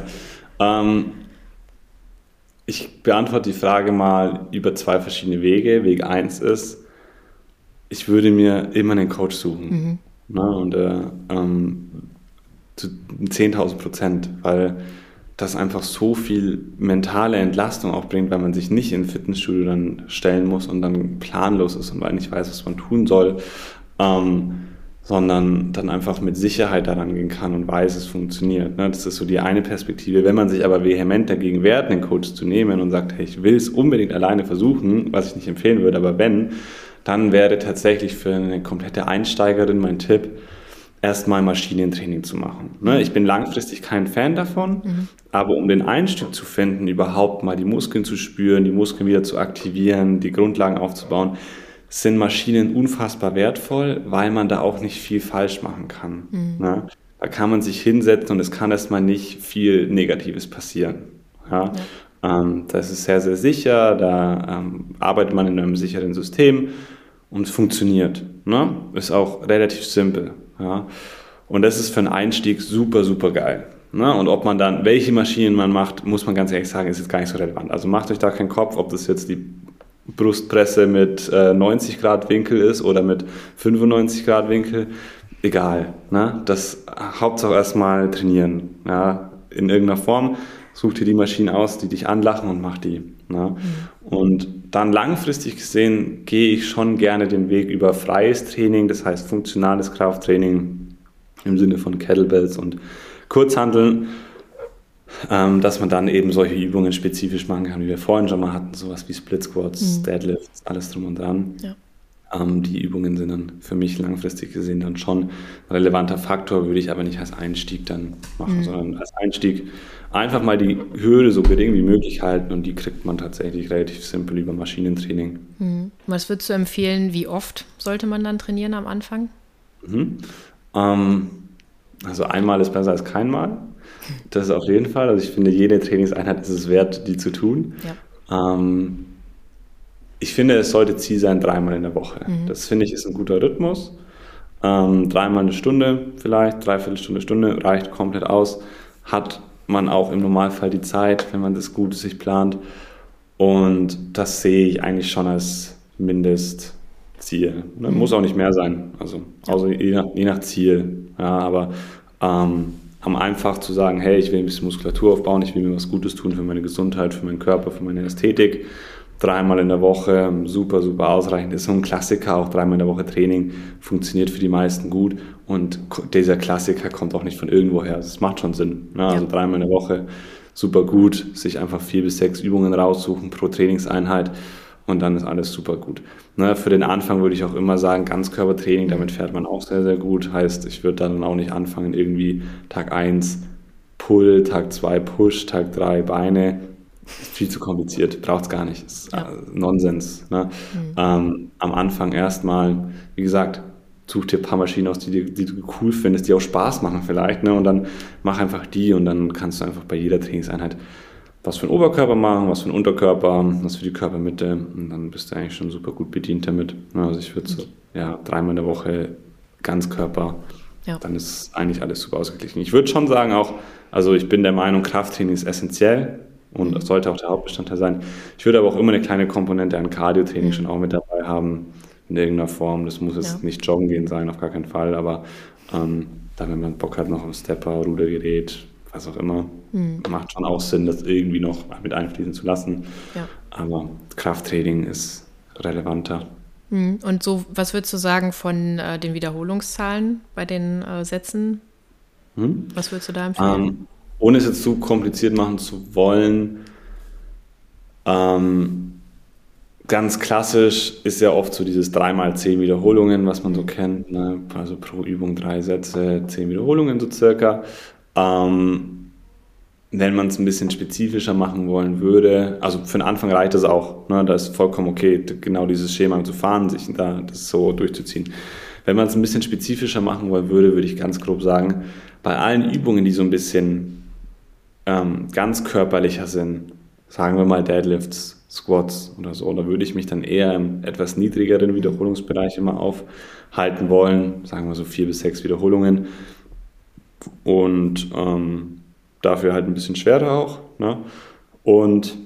ich beantworte die Frage mal über 2 verschiedene Wege. Weg 1 ist, ich würde mir immer einen Coach suchen. Ne? Und zu 10.000%, weil das einfach so viel mentale Entlastung auch bringt, weil man sich nicht in ein Fitnessstudio dann stellen muss und dann planlos ist und weil nicht weiß, was man tun soll, sondern dann einfach mit Sicherheit daran gehen kann und weiß, es funktioniert. Ne? Das ist so die eine Perspektive. Wenn man sich aber vehement dagegen wehrt, einen Coach zu nehmen und sagt, hey, ich will es unbedingt alleine versuchen, was ich nicht empfehlen würde, aber wenn, dann wäre tatsächlich für eine komplette Einsteigerin mein Tipp, erstmal Maschinentraining zu machen. Ne? Ich bin langfristig kein Fan davon, aber um den Einstieg zu finden, überhaupt mal die Muskeln zu spüren, die Muskeln wieder zu aktivieren, die Grundlagen aufzubauen, sind Maschinen unfassbar wertvoll, weil man da auch nicht viel falsch machen kann. Ne? Da kann man sich hinsetzen und es kann erstmal nicht viel Negatives passieren. Ja? Das ist sehr, sehr sicher, da arbeitet man in einem sicheren System und es funktioniert. Ne? Ist auch relativ simpel. Ja? Und das ist für einen Einstieg super, super geil. Ne? Und ob man dann, welche Maschinen man macht, muss man ganz ehrlich sagen, ist jetzt gar nicht so relevant. Also macht euch da keinen Kopf, ob das jetzt die Brustpresse mit 90 Grad Winkel ist oder mit 95 Grad Winkel. Egal. Ne? Das Hauptsache erstmal trainieren. Ja? In irgendeiner Form. Such dir die Maschinen aus, die dich anlachen und mach die. Ne? Und dann langfristig gesehen gehe ich schon gerne den Weg über freies Training, das heißt funktionales Krafttraining im Sinne von Kettlebells und Kurzhanteln, dass man dann eben solche Übungen spezifisch machen kann, wie wir vorhin schon mal hatten, sowas wie Split Squats, Deadlifts, alles drum und dran. Ja. Die Übungen sind dann für mich langfristig gesehen dann schon ein relevanter Faktor, würde ich aber nicht als Einstieg dann machen, sondern als Einstieg einfach mal die Hürde so gering wie möglich halten und die kriegt man tatsächlich relativ simpel über Maschinentraining.
Was würdest du empfehlen, wie oft sollte man dann trainieren am Anfang?
Also einmal ist besser als kein Mal. Das ist auf jeden Fall. Also ich finde, jede Trainingseinheit ist es wert, die zu tun. Ja. Ich finde, es sollte Ziel sein, 3-mal in der Woche. Das finde ich ist ein guter Rhythmus. 3-mal eine Stunde vielleicht, 3/4 Stunde reicht komplett aus. Hat man auch im Normalfall die Zeit, wenn man das gut sich plant. Und das sehe ich eigentlich schon als Mindestziel. Muss auch nicht mehr sein, also je nach Ziel. Ja, aber am einfach zu sagen, hey, ich will ein bisschen Muskulatur aufbauen, ich will mir was Gutes tun für meine Gesundheit, für meinen Körper, für meine Ästhetik. 3-mal in der Woche, super, super ausreichend. Das ist so ein Klassiker, auch 3-mal in der Woche Training, funktioniert für die meisten gut. Und dieser Klassiker kommt auch nicht von irgendwoher. Das macht schon Sinn. Ne? Also 3-mal in der Woche, super gut. Sich einfach 4 bis 6 Übungen raussuchen pro Trainingseinheit. und dann ist alles super gut. Ne, für den Anfang würde ich auch immer sagen, Ganzkörpertraining, damit fährt man auch sehr, sehr gut. Heißt, ich würde dann auch nicht anfangen, irgendwie Tag 1 Pull, Tag 2 Push, Tag 3 Beine. Ist viel zu kompliziert, braucht es gar nicht. Ist Nonsens. Ne? Am Anfang erstmal, wie gesagt, such dir ein paar Maschinen aus, die du cool findest, die auch Spaß machen vielleicht, ne? Und dann mach einfach die und dann kannst du einfach bei jeder Trainingseinheit was für den Oberkörper machen, was für den Unterkörper, was für die Körpermitte und dann bist du eigentlich schon super gut bedient damit. Also ich würde so, 3-mal in der Woche Ganzkörper, dann ist eigentlich alles super ausgeglichen. Ich würde schon sagen auch, also ich bin der Meinung, Krafttraining ist essentiell und das sollte auch der Hauptbestandteil sein. Ich würde aber auch immer eine kleine Komponente an Cardio-Training schon auch mit dabei haben, in irgendeiner Form. Das muss jetzt nicht joggen gehen sein, auf gar keinen Fall, aber dann, wenn man Bock hat, noch am Stepper, Rudergerät, was auch immer, macht schon auch Sinn, das irgendwie noch mit einfließen zu lassen. Ja. Aber Krafttraining ist relevanter.
Und so, was würdest du sagen von den Wiederholungszahlen bei den Sätzen? Was würdest du da empfehlen?
Ohne es jetzt zu kompliziert machen zu wollen, ganz klassisch ist ja oft so dieses 3x10 Wiederholungen, was man so kennt, ne? Also pro Übung 3 Sätze, 10 Wiederholungen so circa. Wenn man es ein bisschen spezifischer machen wollen würde, also für den Anfang reicht das auch, ne? Da ist vollkommen okay, genau dieses Schema zu fahren, sich da das so durchzuziehen. Wenn man es ein bisschen spezifischer machen wollen würde, würde ich ganz grob sagen, bei allen Übungen, die so ein bisschen ganz körperlicher sind, sagen wir mal Deadlifts, Squats oder so, da würde ich mich dann eher im etwas niedrigeren Wiederholungsbereich immer aufhalten wollen, sagen wir so 4 bis 6 Wiederholungen und dafür halt ein bisschen schwerer auch, ne? Und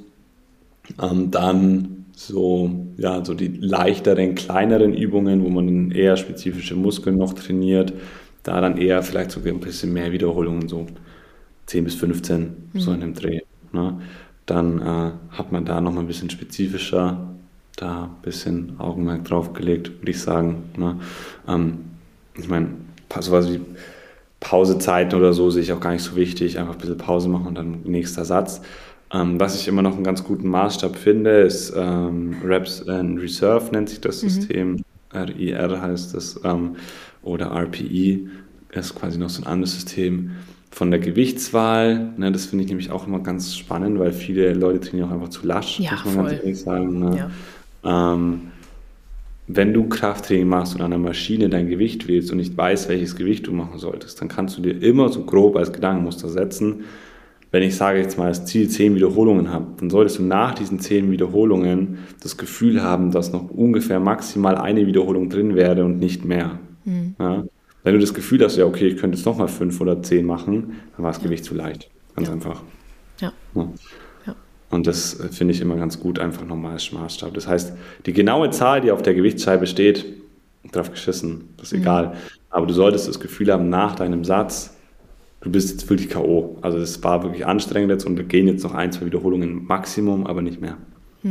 dann so die leichteren, kleineren Übungen, wo man dann eher spezifische Muskeln noch trainiert, da dann eher vielleicht sogar ein bisschen mehr Wiederholungen, so 10 bis 15, so in dem Dreh, ne? Dann hat man da nochmal ein bisschen spezifischer, da ein bisschen Augenmerk drauf gelegt, würde ich sagen, ne? Ich meine, sowas wie Pausezeiten oder so sehe ich auch gar nicht so wichtig, einfach ein bisschen Pause machen und dann nächster Satz. Was ich immer noch einen ganz guten Maßstab finde, ist Reps and Reserve nennt sich das System, RIR heißt das, oder RPE ist quasi noch so ein anderes System von der Gewichtswahl, ne, das finde ich nämlich auch immer ganz spannend, weil viele Leute trainieren auch einfach zu lasch, muss man ganz ehrlich sagen. Ne? Ja. Wenn du Krafttraining machst und an der Maschine dein Gewicht wählst und nicht weißt, welches Gewicht du machen solltest, dann kannst du dir immer so grob als Gedankenmuster setzen, wenn ich sage jetzt mal als Ziel 10 Wiederholungen habe, dann solltest du nach diesen 10 Wiederholungen das Gefühl haben, dass noch ungefähr maximal eine Wiederholung drin wäre und nicht mehr. Ja? Wenn du das Gefühl hast, ja okay, ich könnte jetzt nochmal 5 oder 10 machen, dann war das Gewicht zu leicht. Ganz einfach. Ja. Und das finde ich immer ganz gut, einfach nochmal als Maßstab. Das heißt, die genaue Zahl, die auf der Gewichtsscheibe steht, drauf geschissen, das ist egal. Aber du solltest das Gefühl haben, nach deinem Satz, du bist jetzt wirklich K.O. Also das war wirklich anstrengend jetzt und wir gehen jetzt noch 1, 2 Wiederholungen Maximum, aber nicht mehr.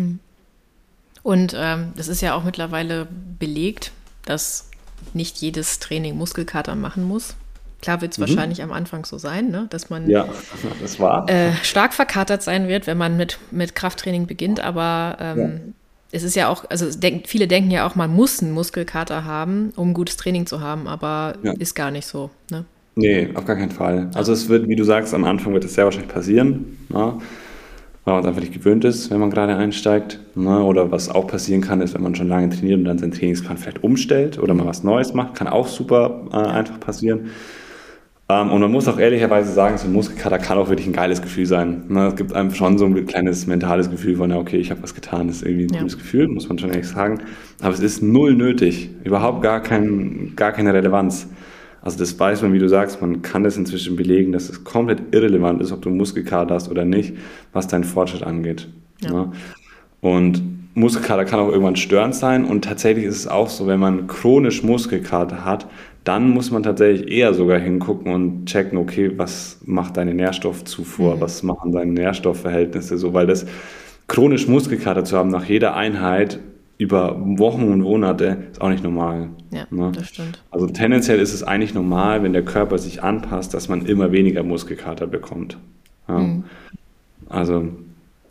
Und das ist ja auch mittlerweile belegt, dass nicht jedes Training Muskelkater machen muss. Klar wird es wahrscheinlich am Anfang so sein, ne? Dass man
das war.
Stark verkatert sein wird, wenn man mit Krafttraining beginnt, aber es ist ja auch, also viele denken ja auch, man muss einen Muskelkater haben, um gutes Training zu haben, aber ist gar nicht so, ne?
Nee, auf gar keinen Fall. Also es wird, wie du sagst, am Anfang wird es sehr wahrscheinlich passieren, ne? Weil man es einfach nicht gewöhnt ist, wenn man gerade einsteigt. Ne? Oder was auch passieren kann, ist, wenn man schon lange trainiert und dann seinen Trainingsplan vielleicht umstellt oder mal was Neues macht, kann auch super einfach passieren. Und man muss auch ehrlicherweise sagen, so ein Muskelkater kann auch wirklich ein geiles Gefühl sein. Ne? Es gibt einem schon so ein kleines mentales Gefühl von, okay, ich habe was getan, das ist irgendwie ein gutes Gefühl, muss man schon ehrlich sagen. Aber es ist null nötig, überhaupt gar keine Relevanz. Also das weiß man, wie du sagst, man kann das inzwischen belegen, dass es komplett irrelevant ist, ob du Muskelkater hast oder nicht, was deinen Fortschritt angeht. Ne? Und Muskelkater kann auch irgendwann störend sein und tatsächlich ist es auch so, wenn man chronisch Muskelkater hat, dann muss man tatsächlich eher sogar hingucken und checken, okay, was macht deine Nährstoffzufuhr, was machen deine Nährstoffverhältnisse so, weil das chronisch Muskelkater zu haben nach jeder Einheit über Wochen und Monate ist auch nicht normal.
Ja,
ne?
Das stimmt.
Also tendenziell ist es eigentlich normal, wenn der Körper sich anpasst, dass man immer weniger Muskelkater bekommt. Ja? Also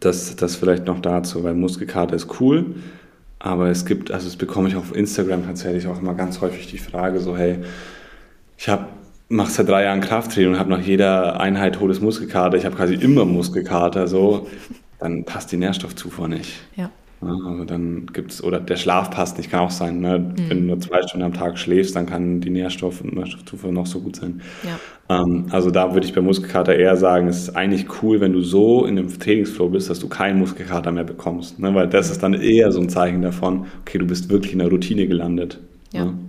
Das vielleicht noch dazu, weil Muskelkater ist cool, aber es gibt, also das bekomme ich auf Instagram tatsächlich auch immer ganz häufig die Frage so, hey, mache seit 3 Jahren Krafttraining und habe nach jeder Einheit hohes Muskelkater, ich habe quasi immer Muskelkater, so, dann passt die Nährstoffzufuhr nicht.
Ja.
Ja, also dann gibt's, oder der Schlaf passt nicht, kann auch sein, ne? Wenn du nur 2 Stunden am Tag schläfst, dann kann die Nährstoffzufuhr noch so gut sein.
Ja.
Also da würde ich bei Muskelkater eher sagen, es ist eigentlich cool, wenn du so in dem Trainingsflow bist, dass du keinen Muskelkater mehr bekommst, ne? Weil das ist dann eher so ein Zeichen davon, okay, du bist wirklich in der Routine gelandet.
Ja.
Ne?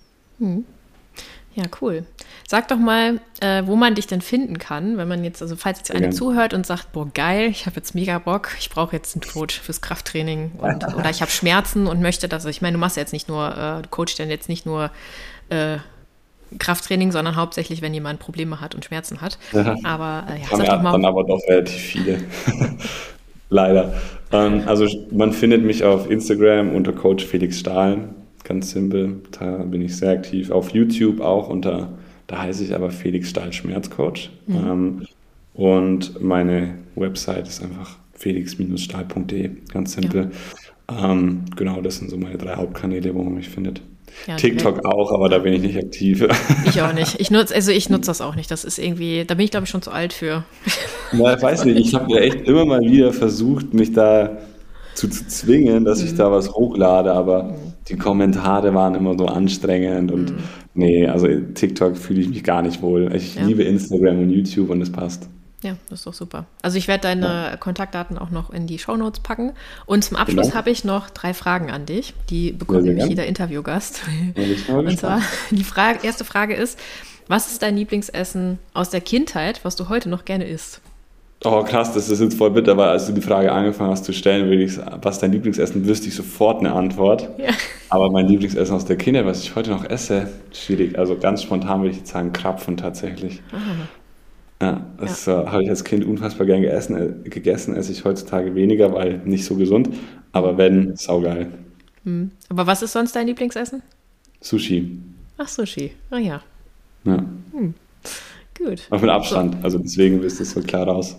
Ja, cool. Sag doch mal, wo man dich denn finden kann, wenn man jetzt, also falls jetzt einer zuhört und sagt, boah, geil, ich habe jetzt mega Bock, ich brauche jetzt einen Coach fürs Krafttraining oder ich habe Schmerzen und möchte das. Also ich meine, du machst ja jetzt nicht nur, du coachst ja jetzt nicht nur Krafttraining, sondern hauptsächlich, wenn jemand Probleme hat und Schmerzen hat.
Ja.
Aber
Haben ja dann aber doch relativ viele. Leider. Also man findet mich auf Instagram unter Coach Felix Stahl. Ganz simpel, da bin ich sehr aktiv. Auf YouTube auch da heiße ich aber Felix Stahl Schmerzcoach. Und meine Website ist einfach felix-stahl.de, ganz simpel. Ja. Genau, das sind so meine 3 Hauptkanäle, wo man mich findet. Ja, TikTok auch, aber da bin ich nicht aktiv.
Ich auch nicht. Ich nutze das auch nicht. Das ist irgendwie, da bin ich glaube ich schon zu alt für.
Na, ich weiß nicht, ich habe ja echt immer mal wieder versucht, mich da zu zwingen, dass ich da was hochlade, aber die Kommentare waren immer so anstrengend und nee, also TikTok fühle ich mich gar nicht wohl. Ich liebe Instagram und YouTube und es passt.
Ja, das ist doch super. Also ich werde deine Kontaktdaten auch noch in die Shownotes packen. Und zum Abschluss habe ich noch 3 Fragen an dich. Die bekommt nämlich jeder Interviewgast. Und zwar, die erste Frage ist, was ist dein Lieblingsessen aus der Kindheit, was du heute noch gerne isst?
Oh krass, das ist jetzt voll bitter, weil als du die Frage angefangen hast zu stellen, was dein Lieblingsessen, wüsste ich sofort eine Antwort. Ja. Aber mein Lieblingsessen aus der Kindheit, was ich heute noch esse, schwierig. Also ganz spontan würde ich jetzt sagen Krapfen tatsächlich. Ja, das habe ich als Kind unfassbar gern gegessen, esse ich heutzutage weniger, weil nicht so gesund. Aber wenn, saugeil.
Aber was ist sonst dein Lieblingsessen?
Sushi.
Ach, Sushi. Ah ja.
Ja.
Gut.
Auch mit Abstand, also deswegen ist es so klar raus.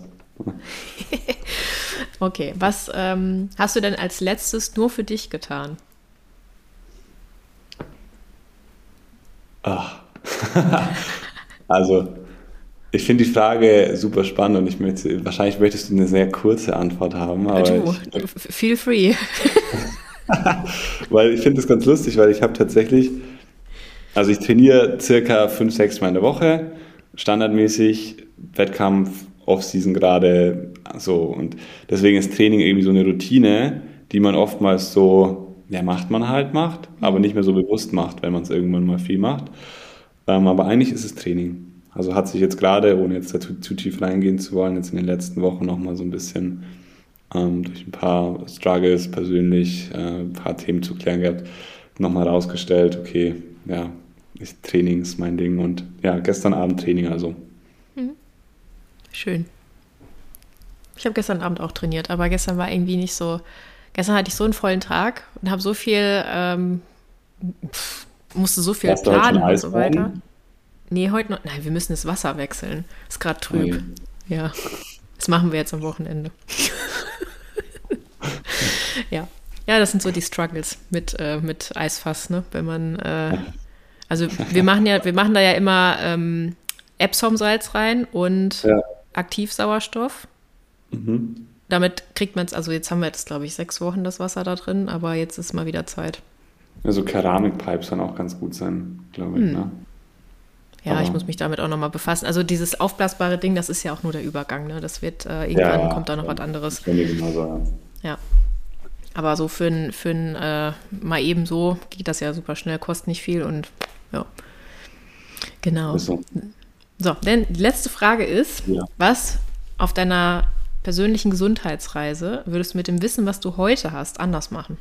Okay, was hast du denn als letztes nur für dich getan?
Also, ich finde die Frage super spannend und wahrscheinlich möchtest du eine sehr kurze Antwort haben. Aber
feel free.
Weil ich finde das ganz lustig, weil ich habe tatsächlich, also ich trainiere circa 5-6 Mal in der Woche, standardmäßig, Wettkampf, Off-Season gerade, so, und deswegen ist Training irgendwie so eine Routine, die man oftmals so, macht, aber nicht mehr so bewusst macht, wenn man es irgendwann mal viel macht. Aber eigentlich ist es Training. Also hat sich jetzt gerade, ohne jetzt dazu zu tief reingehen zu wollen, jetzt in den letzten Wochen nochmal so ein bisschen durch ein paar Struggles persönlich, ein paar Themen zu klären gehabt, nochmal rausgestellt, okay, Training ist mein Ding und gestern Abend Training also.
Schön. Ich habe gestern Abend auch trainiert, aber gestern war irgendwie nicht so, gestern hatte ich so einen vollen Tag und habe so viel, musste so viel planen und so weiter. Nee, heute noch, nein, wir müssen das Wasser wechseln. Ist gerade trüb. Okay. Ja, das machen wir jetzt am Wochenende. Ja, das sind so die Struggles mit Eisfass, ne? Wenn man, also wir machen da ja immer Epsom-Salz rein und Aktivsauerstoff. Damit kriegt man es, also jetzt haben wir jetzt, glaube ich, 6 Wochen das Wasser da drin, aber jetzt ist mal wieder Zeit.
Also Keramikpipes sollen auch ganz gut sein, glaube ich, ne?
Ja, aber ich muss mich damit auch nochmal befassen. Also dieses aufblasbare Ding, das ist ja auch nur der Übergang, ne? Das wird, irgendwann kommt da noch was anderes. Ja. Aber so für ein mal eben so geht das ja super schnell, kostet nicht viel und ja. Genau. So, denn die letzte Frage ist, was auf deiner persönlichen Gesundheitsreise würdest du mit dem Wissen, was du heute hast, anders machen?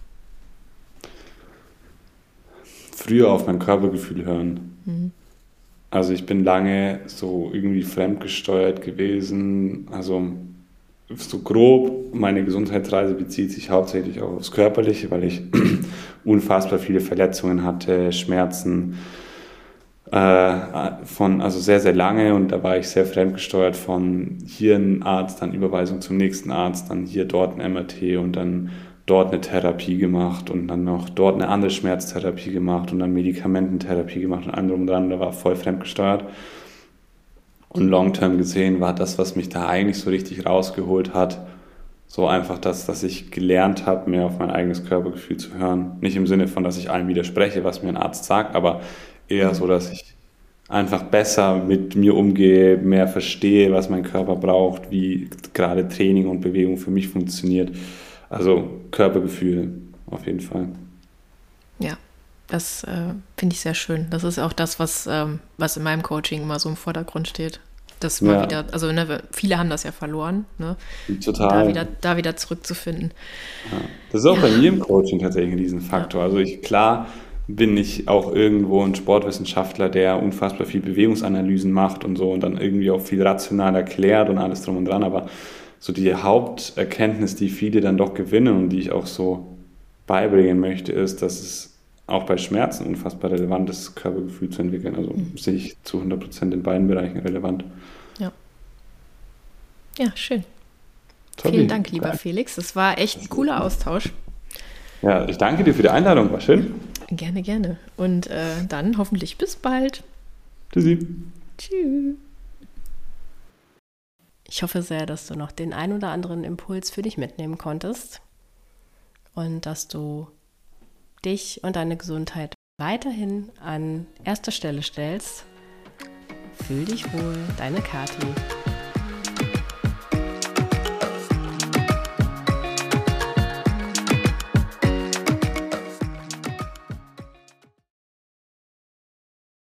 Früher auf mein Körpergefühl hören. Also ich bin lange so irgendwie fremdgesteuert gewesen. Also so grob, meine Gesundheitsreise bezieht sich hauptsächlich auch aufs Körperliche, weil ich unfassbar viele Verletzungen hatte, Schmerzen, also sehr, sehr lange, und da war ich sehr fremdgesteuert von hier ein Arzt, dann Überweisung zum nächsten Arzt, dann hier dort ein MRT und dann dort eine Therapie gemacht und dann noch dort eine andere Schmerztherapie gemacht und dann Medikamententherapie gemacht und allem drum und dran, da war voll fremdgesteuert. Und long-term gesehen war das, was mich da eigentlich so richtig rausgeholt hat, so einfach das, dass ich gelernt habe, mehr auf mein eigenes Körpergefühl zu hören. Nicht im Sinne von, dass ich allem widerspreche, was mir ein Arzt sagt, aber eher so, dass ich einfach besser mit mir umgehe, mehr verstehe, was mein Körper braucht, wie gerade Training und Bewegung für mich funktioniert. Also Körpergefühl auf jeden Fall.
Ja, das finde ich sehr schön. Das ist auch das, was in meinem Coaching immer so im Vordergrund steht. Das mal
Ja,
wieder, also ne, viele haben das ja verloren, ne? Und
total.
da wieder zurückzufinden.
Ja. Das ist auch
Ja,
bei mir im Coaching tatsächlich ein
ja.
Riesenfaktor. Also klar bin ich auch irgendwo ein Sportwissenschaftler, der unfassbar viel Bewegungsanalysen macht und so und dann irgendwie auch viel rational erklärt und alles drum und dran, aber so die Haupterkenntnis, die viele dann doch gewinnen und die ich auch so beibringen möchte, ist, dass es auch bei Schmerzen unfassbar relevant ist, Körpergefühl zu entwickeln. Also sehe ich zu 100% in beiden Bereichen relevant.
Ja, ja, schön. Vielen
Tobi,
Dank, lieber Felix. Das war echt ein cooler Austausch.
ja, ich danke dir für die Einladung, war schön.
Gerne, gerne. Und dann hoffentlich bis bald.
Tschüssi.
Tschüss. Ich hoffe sehr, dass du noch den ein oder anderen Impuls für dich mitnehmen konntest und dass du dich und deine Gesundheit weiterhin an erster Stelle stellst. Fühl dich wohl, deine Kathi.